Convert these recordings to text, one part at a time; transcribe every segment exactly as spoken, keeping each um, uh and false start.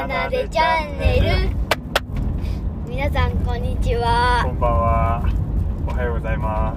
なでチャンネル。皆さんこんにちは。 こんばんは。おはようございます。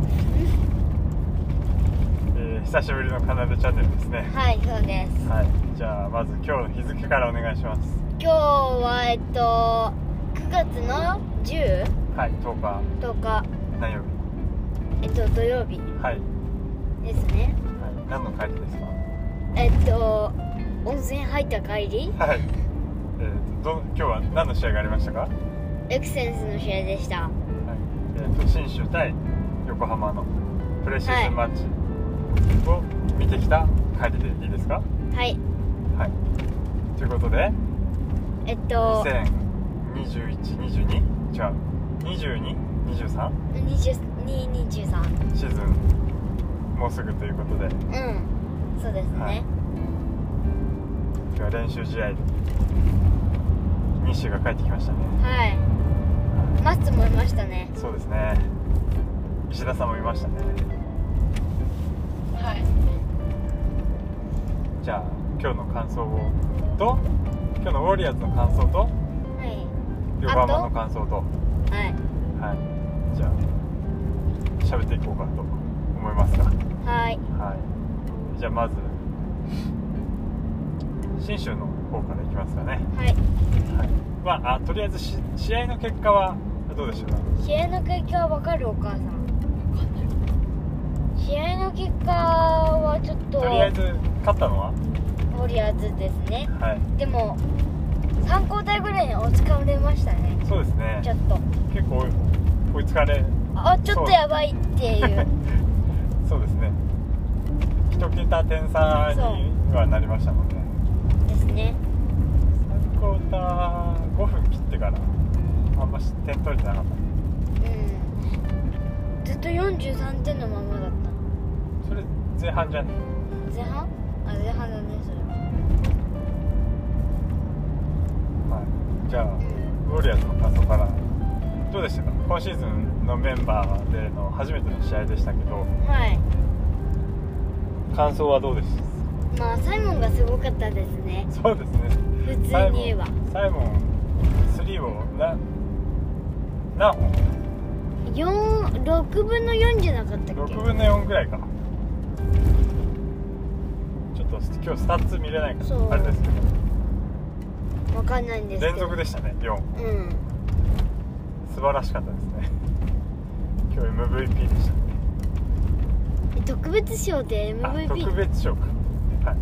えー、久しぶりのかなでチャンネルですね。 はい、そうです。 はい。じゃあまず今日の日付からお願いします。 今日はえっとくがつのじゅう？ はい、とおか。 とおか。 何曜えっと土曜日。 はい。 ですね。 はい。何の帰りですか？ えっと温泉入った帰り？ はい。えー、ど今日は何の試合がありましたか？ エクセンスの試合でした。 はい。えっ、ー、と信州対横浜のプレシーズンマッチを見てきた帰りでいいですか？ はい。 はい。ということで、 えっとにせんにじゅういち、にじゅうに？違う。にじゅうに、にじゅうさん？ にじゅうに、にじゅうさんシーズンもうすぐということで、 うん、そうですね。 はい、今日は練習試合で西が帰ってきましたね。 はい。マスもいましたね。 そうですね。石田さんもいましたね。 はい。 じゃあ今日の感想をと今日のウォリアーズの感想と、 はい、 横浜の感想と、 はいはい、じゃあ喋っていこうかと思いますが、 はい、 はい、じゃあまず信州の方からいきますかね。 はい、 はい、まあ、あとりあえずし試合の結果はどうでしょうか？ 試合の結果は分かる？お母さん試合の結果はちょっととりあえず勝ったのはウォリアーズですね。 はい。 でもさん交代ぐらいに追いつかれましたね。 そうですね。 ちょっと結構追いつかれあちょっとやばいっていうそうですね。一桁点差にはなりましたもんね。 ですね。 さんクォーターごふん切ってからあんまし点取れてなかった。 うんずっとよんじゅうさんてんのままだった。 それ前半じゃね？ 前半？あ、前半だねそれは。 はい。じゃあ、 うん、 ウォリアーズの感想からどうでしたか？今シーズンのメンバーでの初めての試合でしたけど、 はい。 感想はどうです？ まあサイモンがすごかったですね。 そうですね。 普通に言えばサイモンスリーをな何本？ ろくぶんのよんじゃなかったっけ？ ろくぶんのよんぐらいか。ちょっと今日スタッツ見れないからあれですけど、 わかんないんですけど連続でしたね。よん。 うん素晴らしかったですね。今日 エムブイピー でした。 特別賞で エムブイピー？ 特別賞か。はい。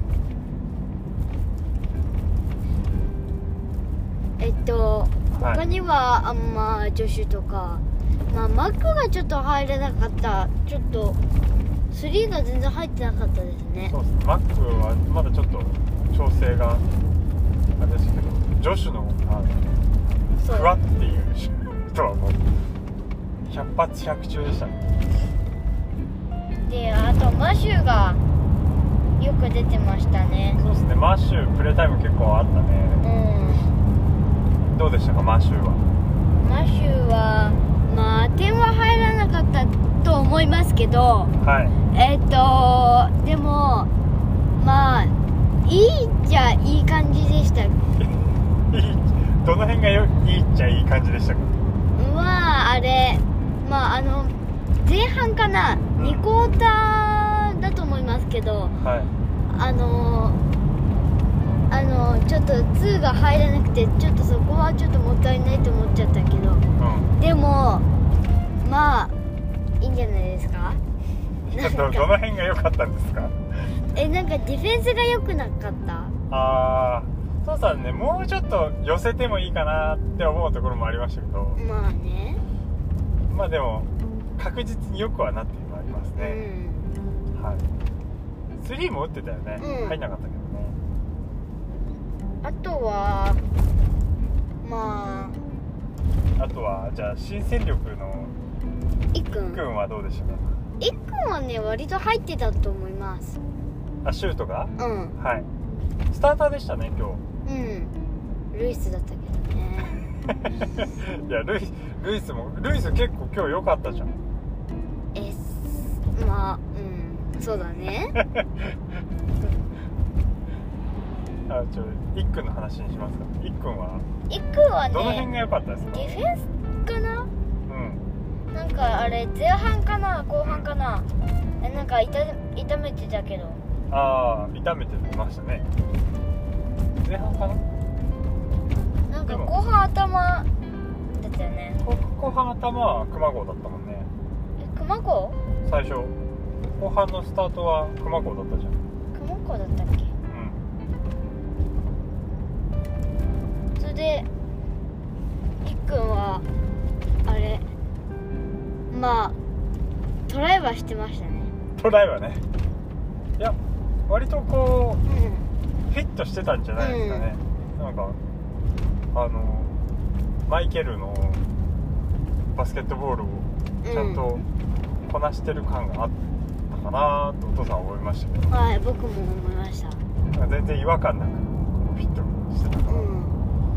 えっと他にはあんま助手とか、まあマックがちょっと入れなかった。ちょっとスリーが全然入ってなかったですね。 そうですね。マックはまだちょっと調整があれですけど、ジョシュのあのクワっていう人はもう百発百中でしたね。 で、あとマシューがよく出てましたね。 そうですね。マッシュプレータイム結構あったね。 うん。 どうでしたかマッシュは？ マシューはまあ点は入らなかったと思いますけど、 はい。 えっとでもまあいいっちゃいい感じでした。 いいどの辺がよいいっちゃいい感じでしたか？ まああれまああの前半かな、うん、にクォーターだと思いますけど、 はい、 あのあのちょっとにが入らなくてちょっとそこはちょっともったいないと思っちゃったけど、うん、でもまあいいんじゃないですか？ ど, どの辺が良かったんですか？ えなんかディフェンスが良くなかった。 ああそうさね、もうちょっと寄せてもいいかなって思うところもありましたけど、 まあね、 まあでも確実によくはなってはいますね、うん、はい。スリーも打ってたよね、うん、入んなかったけどね。 あとはまああとはじゃあ新戦力のいっくんいっくんはどうでしたか？ いっくんはね割と入ってたと思います。 あ、シュートが？ うん、 はい。スターターでしたね今日。 うん。ルイスだったけどねいやルイルイスもルイス結構今日良かったじゃん。 えまあうんそうだねあ、ちょいっくんの話にしますか。いっくんはいっくんはねどの辺が良かったですか。 ディフェンスかな。 うんなんかあれ前半かな後半かな、えなんか痛痛めてたけど。 ああ、痛めてましたね。前半かな。 なんか後半頭だったよね。 後半頭は熊郷だったもんね。 え熊郷？ 最初後半のスタートは熊郷だったじゃん。 熊郷だったっけ。 うん。 それでいっくんはあれまあトライはしてましたね。 トライはね、いや割とこう、 うん、 フィットしてたんじゃないですかね、うん、なんかあのマイケルのバスケットボールをちゃんとこなしてる感があったかなとお父さんは思いましたけど、 はい、僕も思いました。 全然違和感なくフィットしてたから、うん、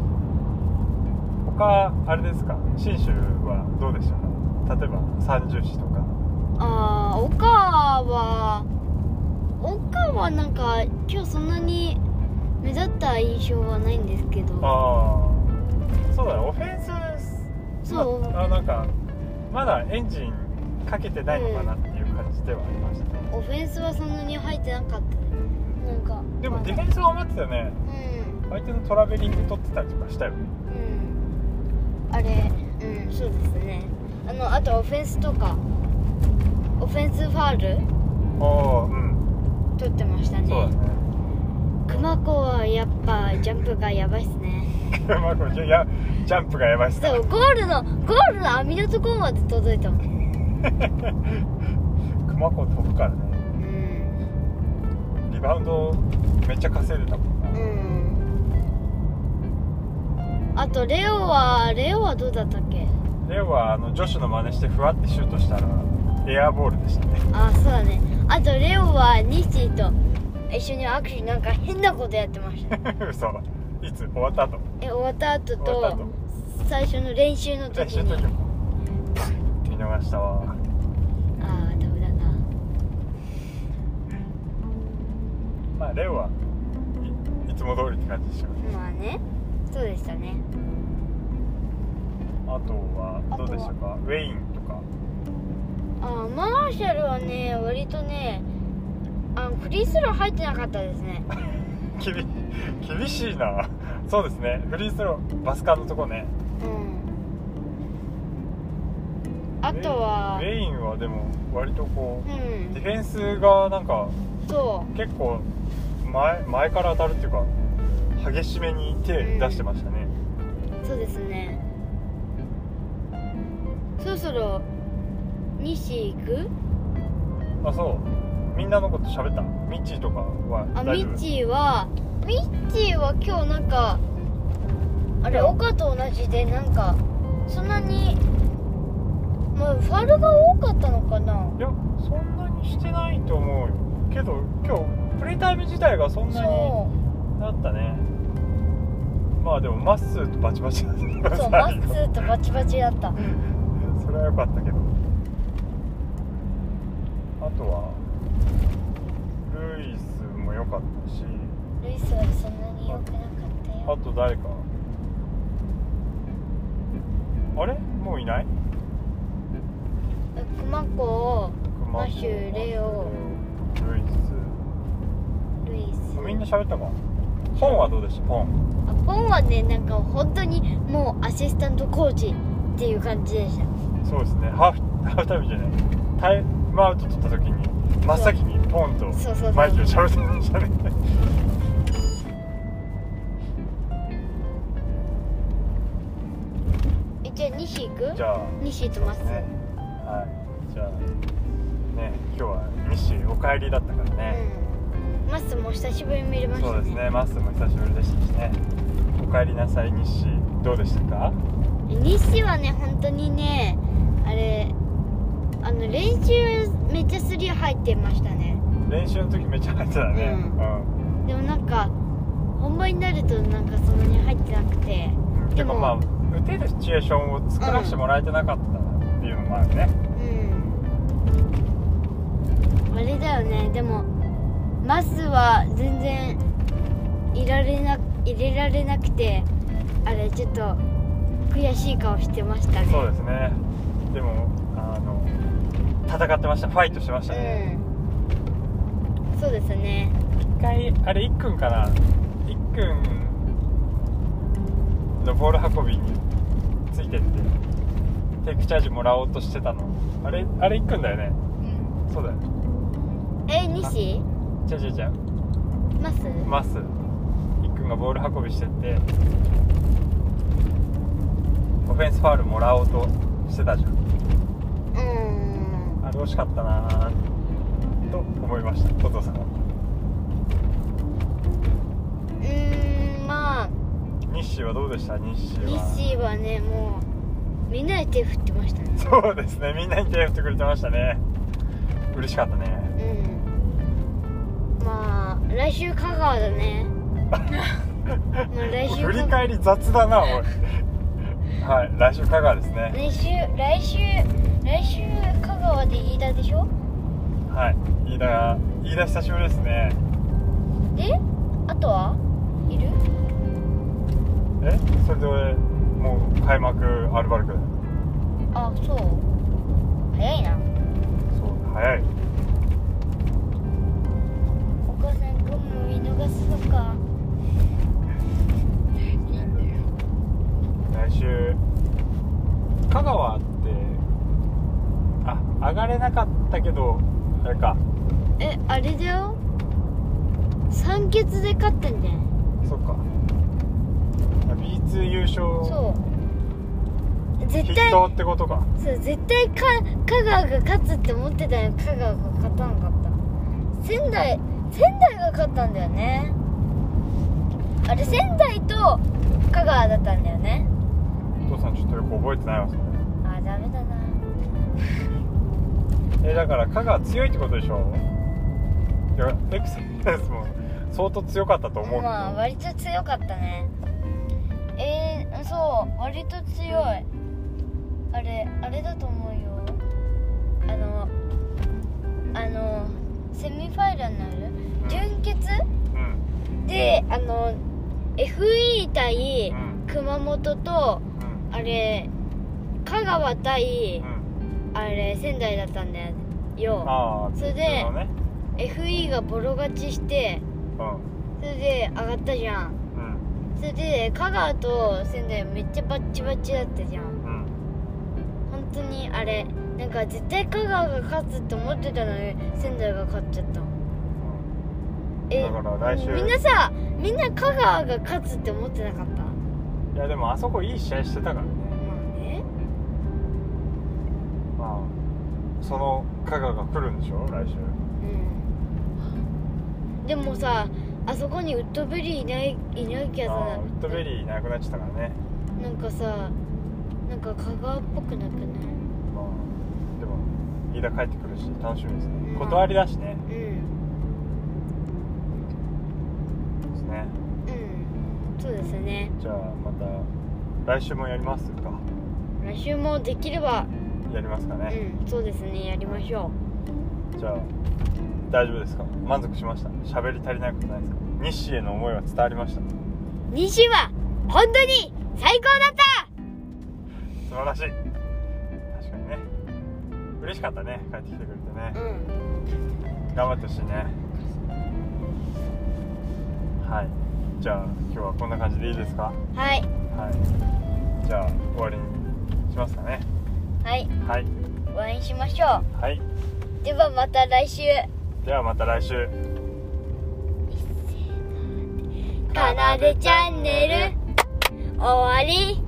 他あれですか、信州はどうでしたか。例えば三重市とか。 ああ、岡は岡はなんか今日そんなに目立った印象はないんですけど。 ああ、そうだね、オフェンスそう、 まあ、なんかまだエンジンかけてないのかなっていう感じではありましたね、 うん、オフェンスはそんなに入ってなかったね。なんかでもディフェンスは思ってたよね、うん、相手のトラベリング取ってたりとかしたよね。 うん、あれ、うん、そうですね。あのあとオフェンスとかオフェンスファールあ、うん、 取ってましたね。 そうだね。 熊子はやっぱジャンプがやばいっすね。 熊子いやジャンプがやばいっすね。 そう、ゴールのゴールの網のところまで届いたもん。 熊子飛ぶからね、うん、リバウンドめっちゃ稼いでたもんな。 うん。あとレオはレオはどうだったっけ。 レオはあの女子の真似してふわってシュートしたらエアボールでしたね。 あ、そうだね。あとレオはニッシーと一緒に握手なんか変なことやってました。 嘘。いつ終わった後？ え、終わった後と最初の練習の時に。練習の時も見逃したわ。 ああ、ダメだな。 まあレオはいいつも通りって感じでしょうね。 まあね、そうでしたね。 あとはどうでしたか。ウェインとか。 あ、マーシャルはね割とねあフリースロー入ってなかったですね。 厳, 厳しいな。そうですね、フリースローバスカンのとこね。 うん。あとはウェインはでも割とこう、 うん、 ディフェンスがなんかそう結構 前, 前から当たるっていうか激しめに手出してましたね、 うん、そうですね。そろそろ西行く？ あ、そうみんなのこと喋った。ミッチーとかはあ、 大丈夫？ ミッチーはミッチーは今日なんかあれ岡と同じでなんかそんなにまあファウルが多かったのかな。 いやそんなにしてないと思うよけど今日プレイタイム自体がそんなになったね。まあでもマッスーとバチバチだった。 そうマッスーとバチバチだったそれは良かったけど、あとはルイスも良かったし。 ルイスはそんなに良くなかったよ。 あと誰かあれもういない？ 熊子、マシュ、レオ、 ルイスルイスみんな喋ったか。ポンはどうでした？ポンあポンはねなんか本当にもうアシスタントコーチっていう感じでした。 そうですね、ハーフ、ハーフタイムじゃないタイムアウト取った時に真っ先にポンとマイケル喋ってましたね。 え、じゃあ西行く？ じゃあ西とマス、ね、 はい、じゃあね今日は西お帰りだったからね、 うん、マスも久しぶりに見れましたね。 そうですね、マスも久しぶりでしたしね。お帰りなさい西、どうでしたか？ 西はね本当にねあれあの練習めっちゃスリー入ってましたね。 練習の時めっちゃ入ってたね、うんうん、でもなんか本番になるとなんかそんなに入ってなくて、 うん、でもまあ打てるシチュエーションを作らせてもらえてなかったっていうのもあるね。うん、 あれだよね。でもマスは全然いられな入れられなくて、あれちょっと悔しい顔してましたね。 そうですね。でもあの戦ってました。ファイトしてましたね。 うん、そうですね。 一回あれいっくんかな、いっくんのボール運びについてってテイクチャージもらおうとしてたの、あれあれいっくんだよね。うん、そうだよ。 え、西？ 違う違う違う。 マス？ マス。いっくんがボール運びしてってオフェンスファウルもらおうとしてたじゃん。 うーん。 あれ惜しかったなと思いました、お父さんは。 うーん、まあ日誌はどうでした？日誌は日誌はね、もうみんなで手振ってましたね。 そうですね、みんなに手振ってくれてましたね。嬉しかったね。 うん、まあ来週香川だね。まあ来週振り返り雑だなおい。はい、来週香川ですね。 来週来週来週香川で飯田でしょ。 はい、飯田飯田久しぶりですね。 であとはいる？ え、それでもう開幕アルバルクだよ。 あ、そう早いな。 そう早い。 お母さんゴム見逃すのか。 来週香川ってあ上がれなかったけどあれか。 え、あれだよ、三欠で勝ったんだよ。 そっか ビーツー 優勝。 そう絶対筆頭ってことか。 そう絶対か香川が勝つって思ってたよ。香川が勝たなかった。仙台仙台が勝ったんだよね。あれ仙台と香川だったんだよね。 お父さんちょっとよく覚えてないわそれ。 あ、ダメだな。 えだから香川強いってことでしょ。いやエクセレンスも相当強かったと思うけど。 まあ割と強かったね。えー、そう割と強い。あれあれだと思うよ。あのあのセミファイナル、うん、準決、うん、であの エフイー 対熊本と、うん、あれ香川対、うん、あれ仙台だったんだよ。あそれで、ね、エフイー がボロ勝ちして、うん、それで上がったじゃん、うん、それで香川と仙台めっちゃバッチバチだったじゃん、うん、本当にあれなんか絶対香川が勝つって思ってたのに仙台が勝っちゃった、うん、えだから来週みんなさみんな香川が勝つって思ってなかった？ いやでもあそこいい試合してたからね。 まあね、 まあその香川が来るんでしょ来週。 うんでもさあそこにウッドベリーいないいなきゃさ、 ウッドベリーいなくなっちゃったからね。 なんかさなんか香川っぽくなくない？ まあでも飯田帰ってくるし楽しみですね、まあ、断りだしね。うんですね。 うんそうですね。 じゃあまた来週もやりますか？ 来週もできればやりますかね。 うんそうですね、やりましょう。じゃあ大丈夫ですか？満足しました？喋り足りないことないですか？日誌への思いは伝わりました？ 日誌は本当に最高だった。 素晴らしい。確かにね嬉しかったね、帰ってきてくれてね、うん、頑張ってほしいね。はい、じゃあ今日はこんな感じでいいですか？ はい、 はい、じゃあ終わりにしますかね。 はい、 はい、 終わりにしましょう。 はい、 ではまた来週。 ではまた来週。 かなでチャンネル終わり。